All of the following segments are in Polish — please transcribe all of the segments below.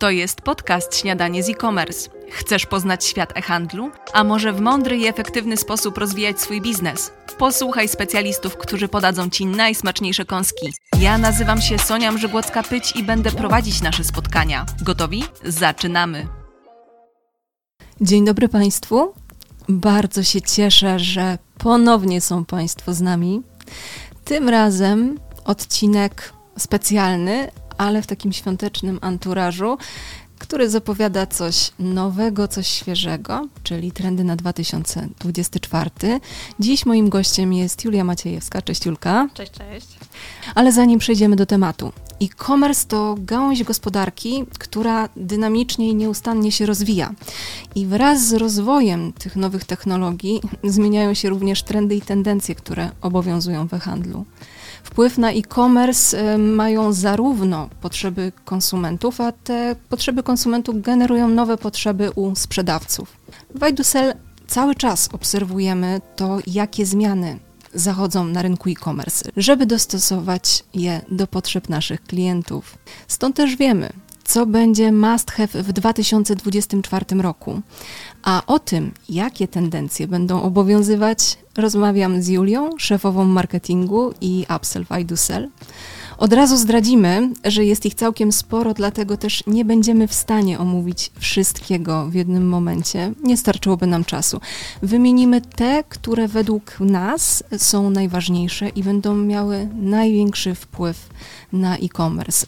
To jest podcast Śniadanie z e-commerce. Chcesz poznać świat e-handlu? A może w mądry i efektywny sposób rozwijać swój biznes? Posłuchaj specjalistów, którzy podadzą Ci najsmaczniejsze kąski. Ja nazywam się Sonia Mrzygłocka-Pyć i będę prowadzić nasze spotkania. Gotowi? Zaczynamy! Dzień dobry Państwu. Bardzo się cieszę, że ponownie są Państwo z nami. Tym razem odcinek specjalny, ale w takim świątecznym anturażu, który zapowiada coś nowego, coś świeżego, czyli trendy na 2024. Dziś moim gościem jest Julia Maciejewska. Cześć Julka. Cześć, cześć. Ale zanim przejdziemy do tematu. E-commerce to gałąź gospodarki, która dynamicznie i nieustannie się rozwija. I wraz z rozwojem tych nowych technologii zmieniają się również trendy i tendencje, które obowiązują we handlu. Wpływ na e-commerce mają zarówno potrzeby konsumentów, a te potrzeby konsumentów generują nowe potrzeby u sprzedawców. W iDoSell cały czas obserwujemy to, jakie zmiany zachodzą na rynku e-commerce, żeby dostosować je do potrzeb naszych klientów. Stąd też wiemy, co będzie must have w 2024 roku. A o tym, jakie tendencje będą obowiązywać, rozmawiam z Julią, szefową marketingu i upsell w iDoSell. Od razu zdradzimy, że jest ich całkiem sporo, dlatego też nie będziemy w stanie omówić wszystkiego w jednym momencie. Nie starczyłoby nam czasu. Wymienimy te, które według nas są najważniejsze i będą miały największy wpływ na e-commerce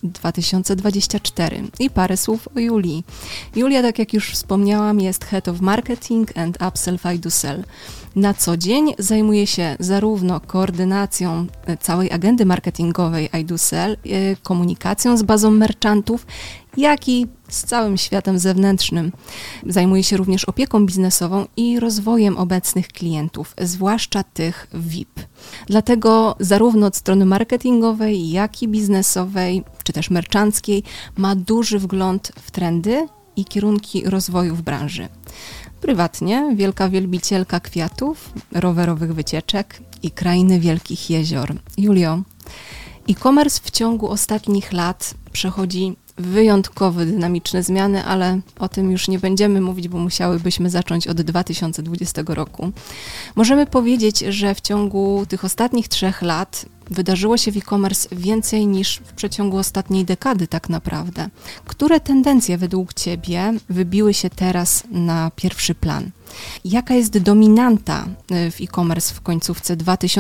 2024. I parę słów o Julii. Julia, tak jak już wspomniałam, jest Head of Marketing and Upsell w iDoSell. Na co dzień zajmuje się zarówno koordynacją całej agendy marketingowej iDoSell, komunikacją z bazą merchantów, jak i z całym światem zewnętrznym. Zajmuje się również opieką biznesową i rozwojem obecnych klientów, zwłaszcza tych VIP. Dlatego zarówno od strony marketingowej, jak i biznesowej, czy też merchanckiej ma duży wgląd w trendy i kierunki rozwoju w branży. Prywatnie wielka wielbicielka kwiatów, rowerowych wycieczek i krainy wielkich jezior. Julio, e-commerce w ciągu ostatnich lat przechodzi wyjątkowo dynamiczne zmiany, ale o tym już nie będziemy mówić, bo musiałybyśmy zacząć od 2020 roku. Możemy powiedzieć, że w ciągu tych ostatnich 3 lat wydarzyło się w e-commerce więcej niż w przeciągu ostatniej dekady tak naprawdę. Które tendencje według Ciebie wybiły się teraz na pierwszy plan? Jaka jest dominanta w e-commerce w końcówce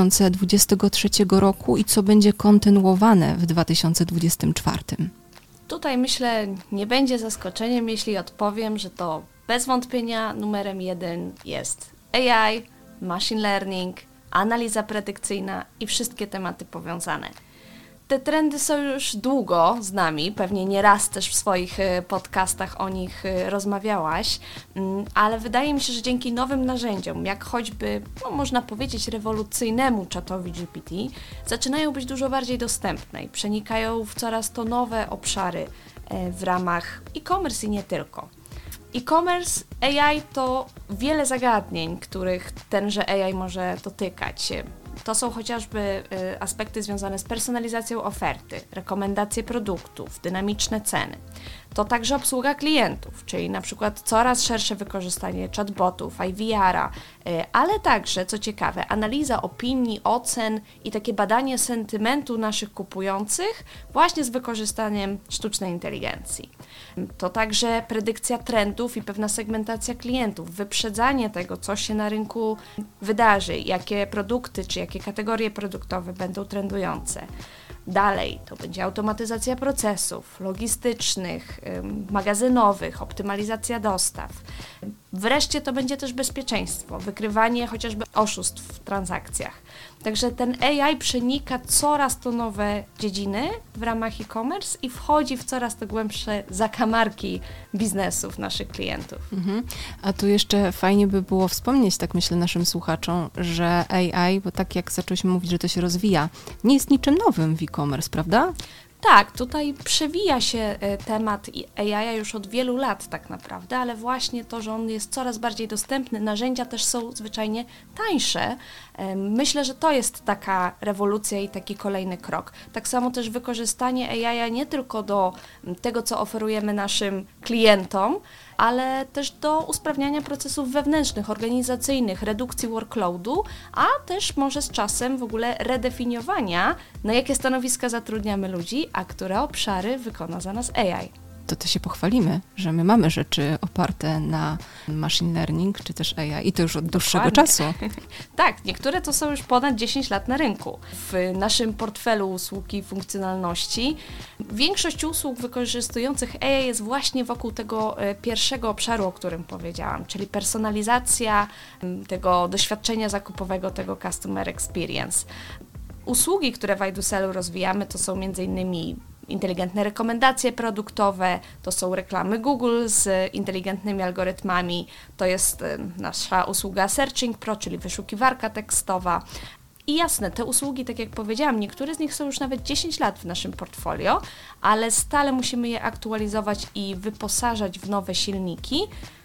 2023 roku i co będzie kontynuowane w 2024? Tutaj myślę, nie będzie zaskoczeniem, jeśli odpowiem, że to bez wątpienia numerem 1 jest AI, machine learning, analiza predykcyjna i wszystkie tematy powiązane. Te trendy są już długo z nami, pewnie nieraz też w swoich podcastach o nich rozmawiałaś, ale wydaje mi się, że dzięki nowym narzędziom, jak choćby, można powiedzieć, rewolucyjnemu czatowi GPT, zaczynają być dużo bardziej dostępne i przenikają w coraz to nowe obszary w ramach e-commerce i nie tylko. E-commerce, AI to wiele zagadnień, których tenże AI może dotykać. To są chociażby aspekty związane z personalizacją oferty, rekomendacje produktów, dynamiczne ceny. To także obsługa klientów, czyli na przykład coraz szersze wykorzystanie chatbotów, IVR-a, ale także, co ciekawe, analiza opinii, ocen i takie badanie sentymentu naszych kupujących właśnie z wykorzystaniem sztucznej inteligencji. To także predykcja trendów i pewna segmentacja klientów, wyprzedzanie tego, co się na rynku wydarzy, jakie produkty czy jakie kategorie produktowe będą trendujące. Dalej to będzie automatyzacja procesów logistycznych, magazynowych, optymalizacja dostaw. Wreszcie to będzie też bezpieczeństwo, wykrywanie chociażby oszustw w transakcjach. Także ten AI przenika coraz to nowe dziedziny w ramach e-commerce i wchodzi w coraz to głębsze zakamarki biznesów naszych klientów. A tu jeszcze fajnie by było wspomnieć, tak myślę naszym słuchaczom, że AI, bo tak jak zaczęliśmy mówić, że to się rozwija, nie jest niczym nowym w e-commerce, prawda? Tak, tutaj przewija się temat AI już od wielu lat tak naprawdę, ale właśnie to, że on jest coraz bardziej dostępny, narzędzia też są zwyczajnie tańsze. Myślę, że to jest taka rewolucja i taki kolejny krok. Tak samo też wykorzystanie AI nie tylko do tego, co oferujemy naszym klientom, ale też do usprawniania procesów wewnętrznych, organizacyjnych, redukcji workloadu, a też może z czasem w ogóle redefiniowania, na jakie stanowiska zatrudniamy ludzi, a które obszary wykona za nas AI. To się pochwalimy, że my mamy rzeczy oparte na machine learning, czy też AI i to już od dłuższego czasu. Tak, niektóre to są już ponad 10 lat na rynku. W naszym portfelu usług i funkcjonalności większość usług wykorzystujących AI jest właśnie wokół tego pierwszego obszaru, o którym powiedziałam, czyli personalizacja tego doświadczenia zakupowego, tego customer experience. Usługi, które w iDoSellu rozwijamy, to są m.in. inteligentne rekomendacje produktowe, to są reklamy Google z inteligentnymi algorytmami, to jest nasza usługa Searching Pro, czyli wyszukiwarka tekstowa. I jasne, te usługi, tak jak powiedziałam, niektóre z nich są już nawet 10 lat w naszym portfolio, ale stale musimy je aktualizować i wyposażać w nowe silniki,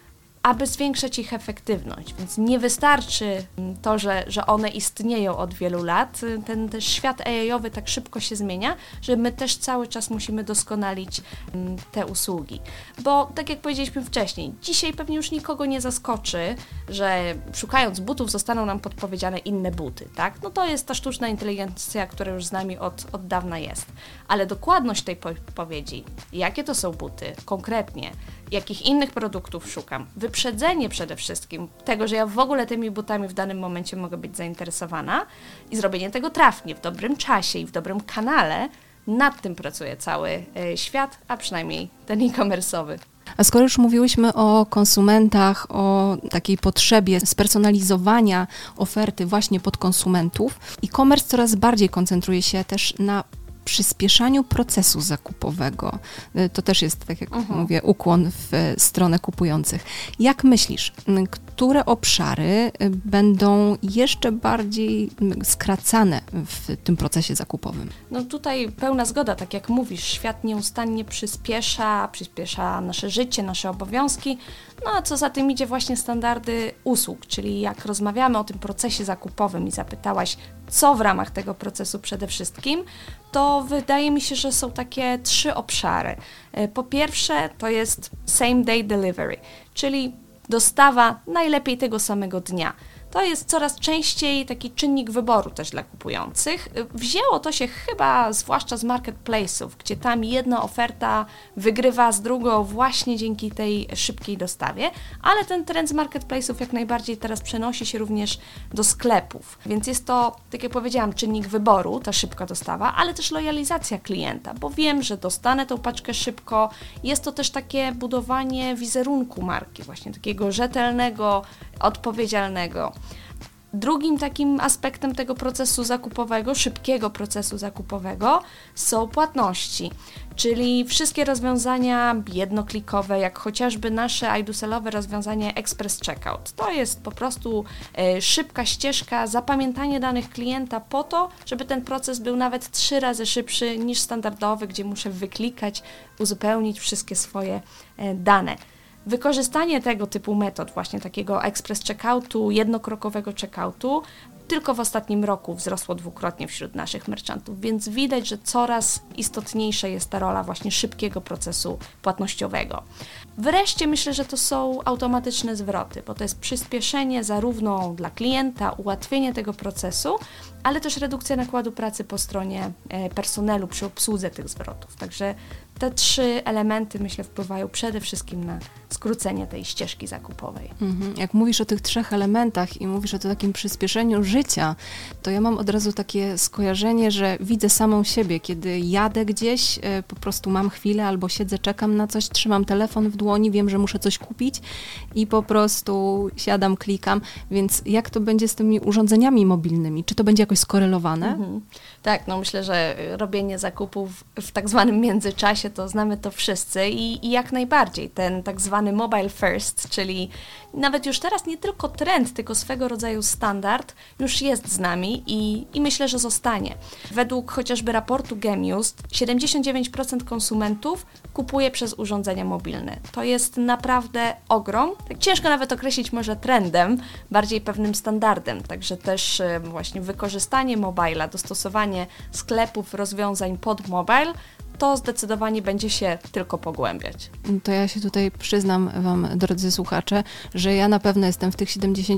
aby zwiększać ich efektywność. Więc nie wystarczy to, że one istnieją od wielu lat. Ten też świat AI-owy tak szybko się zmienia, że my też cały czas musimy doskonalić te usługi. Bo tak jak powiedzieliśmy wcześniej, dzisiaj pewnie już nikogo nie zaskoczy, że szukając butów zostaną nam podpowiedziane inne buty, tak? No to jest ta sztuczna inteligencja, która już z nami od dawna jest. Ale dokładność tej podpowiedzi, jakie to są buty konkretnie, jakich innych produktów szukam, wyprzedzenie przede wszystkim tego, że ja w ogóle tymi butami w danym momencie mogę być zainteresowana i zrobienie tego trafnie, w dobrym czasie i w dobrym kanale, nad tym pracuje cały świat, a przynajmniej ten e-commerce'owy. A skoro już mówiłyśmy o konsumentach, o takiej potrzebie spersonalizowania oferty właśnie pod konsumentów, e-commerce coraz bardziej koncentruje się też na przyspieszaniu procesu zakupowego. To też jest, tak jak mówię, ukłon w stronę kupujących. Jak myślisz, które obszary będą jeszcze bardziej skracane w tym procesie zakupowym? No tutaj pełna zgoda, tak jak mówisz, świat nieustannie przyspiesza nasze życie, nasze obowiązki, no a co za tym idzie właśnie standardy usług, czyli jak rozmawiamy o tym procesie zakupowym i zapytałaś, co w ramach tego procesu przede wszystkim, to wydaje mi się, że są takie 3 obszary. Po pierwsze to jest same day delivery, czyli dostawa najlepiej tego samego dnia. To jest coraz częściej taki czynnik wyboru też dla kupujących. Wzięło to się chyba zwłaszcza z marketplace'ów, gdzie tam jedna oferta wygrywa z drugą właśnie dzięki tej szybkiej dostawie, ale ten trend z marketplace'ów jak najbardziej teraz przenosi się również do sklepów. Więc jest to, tak jak powiedziałam, czynnik wyboru, ta szybka dostawa, ale też lojalizacja klienta, bo wiem, że dostanę tą paczkę szybko. Jest to też takie budowanie wizerunku marki, właśnie takiego rzetelnego, odpowiedzialnego. Drugim takim aspektem tego procesu zakupowego, szybkiego procesu zakupowego są płatności, czyli wszystkie rozwiązania jednoklikowe, jak chociażby nasze iDoSellowe rozwiązanie Express Checkout. To jest po prostu szybka ścieżka, zapamiętanie danych klienta po to, żeby ten proces był nawet 3 razy szybszy niż standardowy, gdzie muszę wyklikać, uzupełnić wszystkie swoje dane. Wykorzystanie tego typu metod, właśnie takiego express checkoutu, jednokrokowego checkoutu, tylko w ostatnim roku wzrosło 2-krotnie wśród naszych merchantów, więc widać, że coraz istotniejsza jest ta rola właśnie szybkiego procesu płatnościowego. Wreszcie myślę, że to są automatyczne zwroty, bo to jest przyspieszenie zarówno dla klienta, ułatwienie tego procesu, ale też redukcja nakładu pracy po stronie personelu przy obsłudze tych zwrotów. Także te 3 elementy, myślę, wpływają przede wszystkim na skrócenie tej ścieżki zakupowej. Jak mówisz o tych 3 elementach i mówisz o takim przyspieszeniu życia, to ja mam od razu takie skojarzenie, że widzę samą siebie, kiedy jadę gdzieś, po prostu mam chwilę albo siedzę, czekam na coś, trzymam telefon w dłoni, wiem, że muszę coś kupić i po prostu siadam, klikam, więc jak to będzie z tymi urządzeniami mobilnymi? Czy to będzie jakoś skorelowane? Tak, no myślę, że robienie zakupów w tak zwanym międzyczasie znamy to wszyscy i jak najbardziej ten tak zwany mobile first, czyli nawet już teraz nie tylko trend, tylko swego rodzaju standard już jest z nami i myślę, że zostanie. Według chociażby raportu Gemiust 79% konsumentów kupuje przez urządzenia mobilne. To jest naprawdę ogrom. Tak ciężko nawet określić może trendem, bardziej pewnym standardem. Także też właśnie wykorzystanie mobila, dostosowanie sklepów, rozwiązań pod mobile, to zdecydowanie będzie się tylko pogłębiać. To ja się tutaj przyznam Wam, drodzy słuchacze, że ja na pewno jestem w tych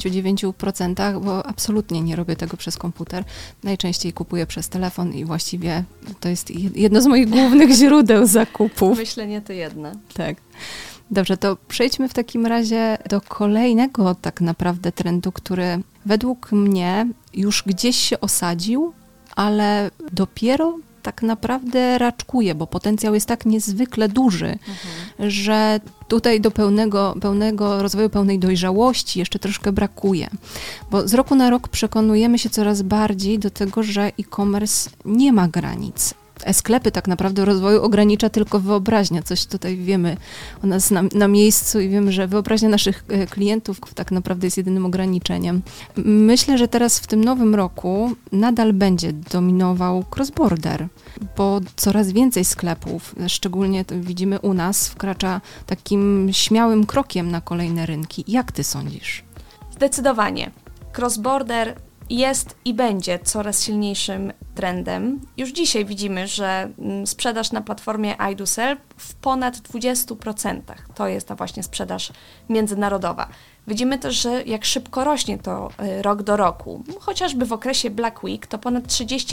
79%, bo absolutnie nie robię tego przez komputer. Najczęściej kupuję przez telefon i właściwie to jest jedno z moich głównych źródeł zakupów. Myślę, nie to jedno. Tak. Dobrze, to przejdźmy w takim razie do kolejnego tak naprawdę trendu, który według mnie już gdzieś się osadził, ale dopiero tak naprawdę raczkuje, bo potencjał jest tak niezwykle duży, że tutaj do pełnego rozwoju, pełnej dojrzałości jeszcze troszkę brakuje. Bo z roku na rok przekonujemy się coraz bardziej do tego, że e-commerce nie ma granic. E-sklepy tak naprawdę rozwoju ogranicza tylko wyobraźnia. Coś tutaj wiemy o nas na miejscu i wiemy, że wyobraźnia naszych klientów tak naprawdę jest jedynym ograniczeniem. Myślę, że teraz w tym nowym roku nadal będzie dominował cross-border, bo coraz więcej sklepów, szczególnie to widzimy u nas, wkracza takim śmiałym krokiem na kolejne rynki. Jak ty sądzisz? Zdecydowanie. Cross-border jest i będzie coraz silniejszym trendem. Już dzisiaj widzimy, że sprzedaż na platformie iDoSell w ponad 20%. To jest ta właśnie sprzedaż międzynarodowa. Widzimy też, że jak szybko rośnie to rok do roku. Chociażby w okresie Black Week to ponad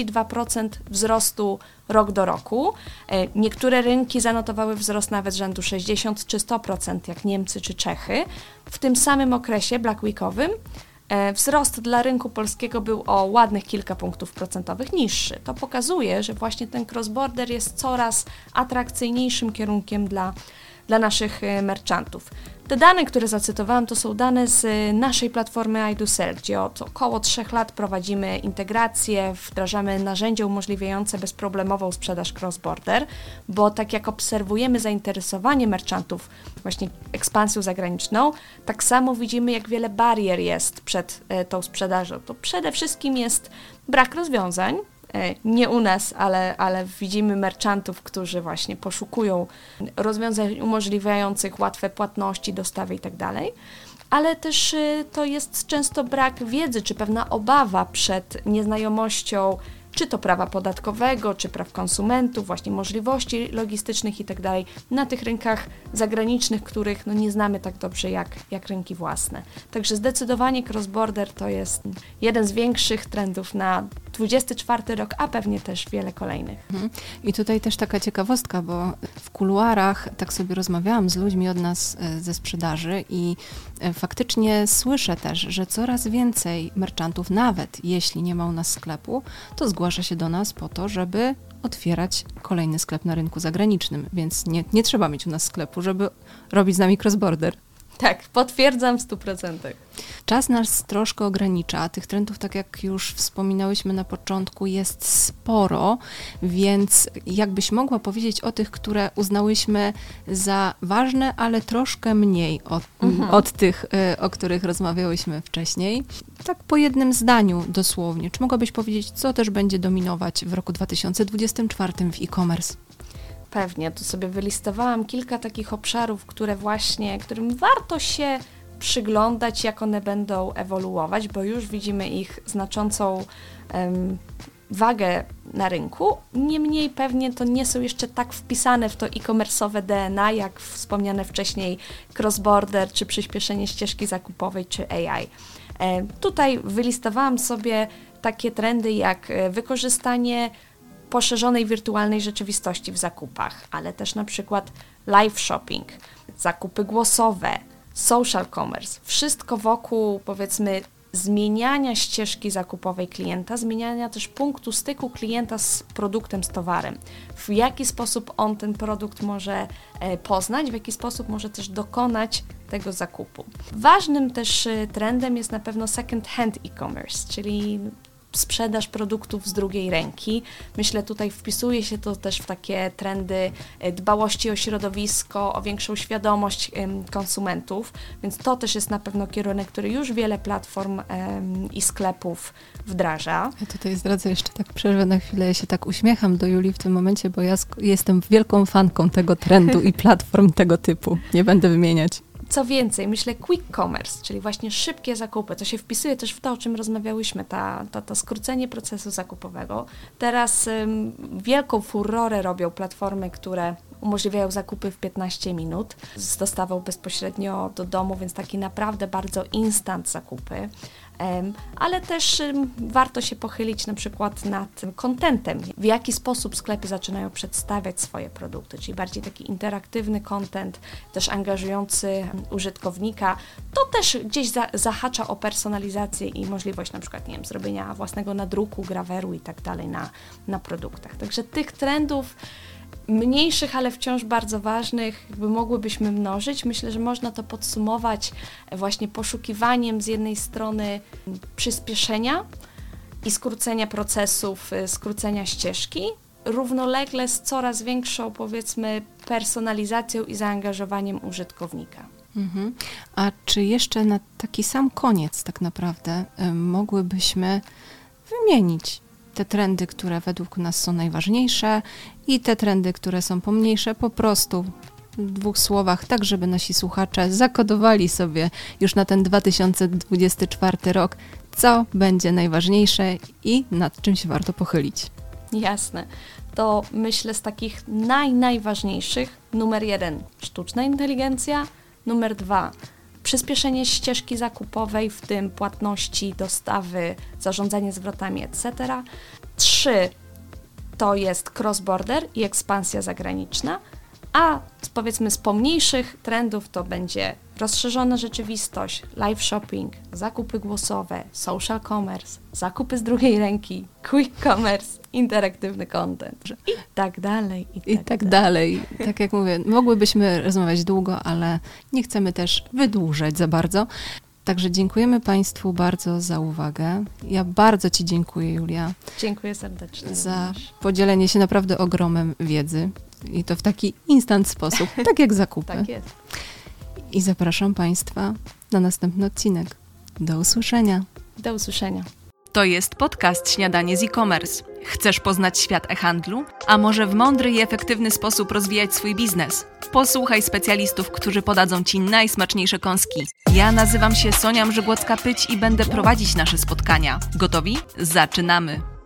32% wzrostu rok do roku. Niektóre rynki zanotowały wzrost nawet rzędu 60 czy 100%, jak Niemcy czy Czechy. W tym samym okresie Black Weekowym wzrost dla rynku polskiego był o ładnych kilka punktów procentowych niższy. To pokazuje, że właśnie ten cross-border jest coraz atrakcyjniejszym kierunkiem dla naszych merchantów. Te dane, które zacytowałam, to są dane z naszej platformy iDoSell, gdzie od około 3 lat prowadzimy integrację, wdrażamy narzędzia umożliwiające bezproblemową sprzedaż cross-border, bo tak jak obserwujemy zainteresowanie merchantów właśnie ekspansją zagraniczną, tak samo widzimy, jak wiele barier jest przed tą sprzedażą. To przede wszystkim jest brak rozwiązań, nie u nas, ale widzimy merchantów, którzy właśnie poszukują rozwiązań umożliwiających łatwe płatności, dostawy itd. Ale też to jest często brak wiedzy, czy pewna obawa przed nieznajomością, czy to prawa podatkowego, czy praw konsumentów, właśnie możliwości logistycznych itd. na tych rynkach zagranicznych, których nie znamy tak dobrze jak rynki własne. Także zdecydowanie cross-border to jest jeden z większych trendów na 24 rok, a pewnie też wiele kolejnych. I tutaj też taka ciekawostka, bo w kuluarach tak sobie rozmawiałam z ludźmi od nas ze sprzedaży i faktycznie słyszę też, że coraz więcej merchantów, nawet jeśli nie ma u nas sklepu, to zgłasza się do nas po to, żeby otwierać kolejny sklep na rynku zagranicznym, więc nie trzeba mieć u nas sklepu, żeby robić z nami cross-border. Tak, potwierdzam w 100%. Czas nas troszkę ogranicza. Tych trendów, tak jak już wspominałyśmy na początku, jest sporo, więc jakbyś mogła powiedzieć o tych, które uznałyśmy za ważne, ale troszkę mniej od tych, o których rozmawiałyśmy wcześniej. Tak po jednym zdaniu dosłownie. Czy mogłabyś powiedzieć, co też będzie dominować w roku 2024 w e-commerce? Pewnie, tu sobie wylistowałam kilka takich obszarów, którym warto się przyglądać, jak one będą ewoluować, bo już widzimy ich znaczącą wagę na rynku. Niemniej pewnie to nie są jeszcze tak wpisane w to e-commerce'owe DNA, jak wspomniane wcześniej cross-border, czy przyspieszenie ścieżki zakupowej, czy AI. Tutaj wylistowałam sobie takie trendy jak wykorzystanie poszerzonej wirtualnej rzeczywistości w zakupach, ale też na przykład live shopping, zakupy głosowe, social commerce, wszystko wokół, powiedzmy, zmieniania ścieżki zakupowej klienta, zmieniania też punktu styku klienta z produktem, z towarem. W jaki sposób on ten produkt może poznać, w jaki sposób może też dokonać tego zakupu. Ważnym też trendem jest na pewno second hand e-commerce, czyli sprzedaż produktów z drugiej ręki. Myślę, tutaj wpisuje się to też w takie trendy dbałości o środowisko, o większą świadomość konsumentów, więc to też jest na pewno kierunek, który już wiele platform i sklepów wdraża. Ja tutaj zdradzę jeszcze tak, przerwę na chwilę, ja się tak uśmiecham do Julii w tym momencie, bo ja jestem wielką fanką tego trendu i platform tego typu. Nie będę wymieniać. Co więcej, myślę quick commerce, czyli właśnie szybkie zakupy, to się wpisuje też w to, o czym rozmawiałyśmy, to skrócenie procesu zakupowego. Teraz wielką furorę robią platformy, które umożliwiają zakupy w 15 minut z dostawą bezpośrednio do domu, więc taki naprawdę bardzo instant zakupy. Ale też warto się pochylić na przykład nad contentem, w jaki sposób sklepy zaczynają przedstawiać swoje produkty, czyli bardziej taki interaktywny content, też angażujący użytkownika. To też gdzieś zahacza o personalizację i możliwość na przykład, nie wiem, zrobienia własnego nadruku, graweru i tak dalej na produktach. Także tych trendów mniejszych, ale wciąż bardzo ważnych, mogłybyśmy mnożyć. Myślę, że można to podsumować właśnie poszukiwaniem z jednej strony przyspieszenia i skrócenia procesów, skrócenia ścieżki, równolegle z coraz większą, powiedzmy, personalizacją i zaangażowaniem użytkownika. Mhm. A czy jeszcze na taki sam koniec tak naprawdę mogłybyśmy wymienić te trendy, które według nas są najważniejsze i te trendy, które są pomniejsze, po prostu w 2 słowach, tak żeby nasi słuchacze zakodowali sobie już na ten 2024 rok, co będzie najważniejsze i nad czym się warto pochylić. Jasne. To myślę z takich najważniejszych, numer 1 sztuczna inteligencja, numer 2 przyspieszenie ścieżki zakupowej, w tym płatności, dostawy, zarządzanie zwrotami, etc. 3 to jest cross-border i ekspansja zagraniczna, a powiedzmy z pomniejszych trendów to będzie rozszerzona rzeczywistość, live shopping, zakupy głosowe, social commerce, zakupy z drugiej ręki, quick commerce, interaktywny content i tak dalej. I tak dalej. Tak jak mówię, mogłybyśmy rozmawiać długo, ale nie chcemy też wydłużać za bardzo. Także dziękujemy Państwu bardzo za uwagę. Ja bardzo Ci dziękuję, Julia. Dziękuję serdecznie. Za podzielenie się naprawdę ogromem wiedzy i to w taki instant sposób, tak jak zakupy. Tak jest. I zapraszam Państwa na następny odcinek. Do usłyszenia. Do usłyszenia. To jest podcast Śniadanie z e-commerce. Chcesz poznać świat e-handlu? A może w mądry i efektywny sposób rozwijać swój biznes? Posłuchaj specjalistów, którzy podadzą Ci najsmaczniejsze kąski. Ja nazywam się Sonia Mrzygłocka-Pyć i będę prowadzić nasze spotkania. Gotowi? Zaczynamy!